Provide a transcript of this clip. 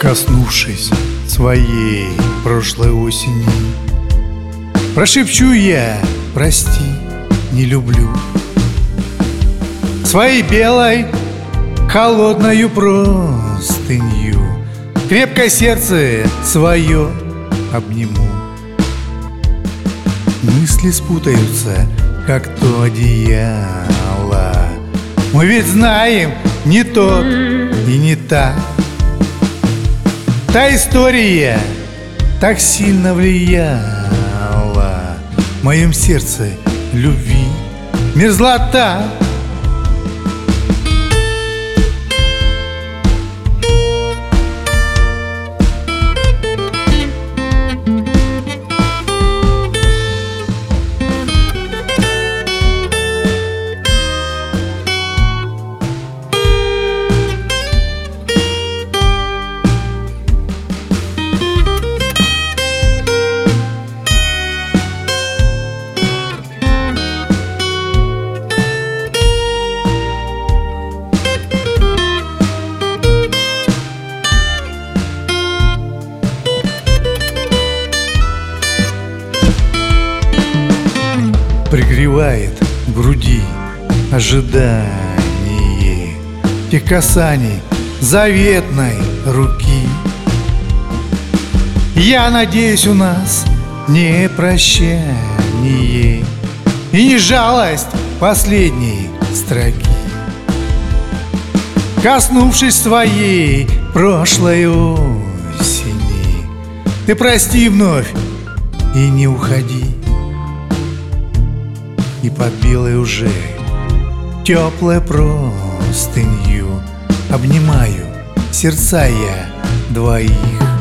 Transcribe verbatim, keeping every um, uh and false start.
Коснувшись своей прошлой осени, прошепчу я: прости, не люблю. Своей белой холодною простынью крепко сердце свое обниму. Мысли спутаются, как то одеяло. Мы ведь знаем, не тот и не та. Та история так сильно влияла в моем сердце любви мерзлота. Пригревает в груди ожидание тех касаний заветной руки. Я надеюсь, у нас не прощание и не жалость последней строки. Коснувшись своей прошлой осени, ты прости вновь и не уходи. И под белой уже теплой простынью обнимаю сердца я двоих.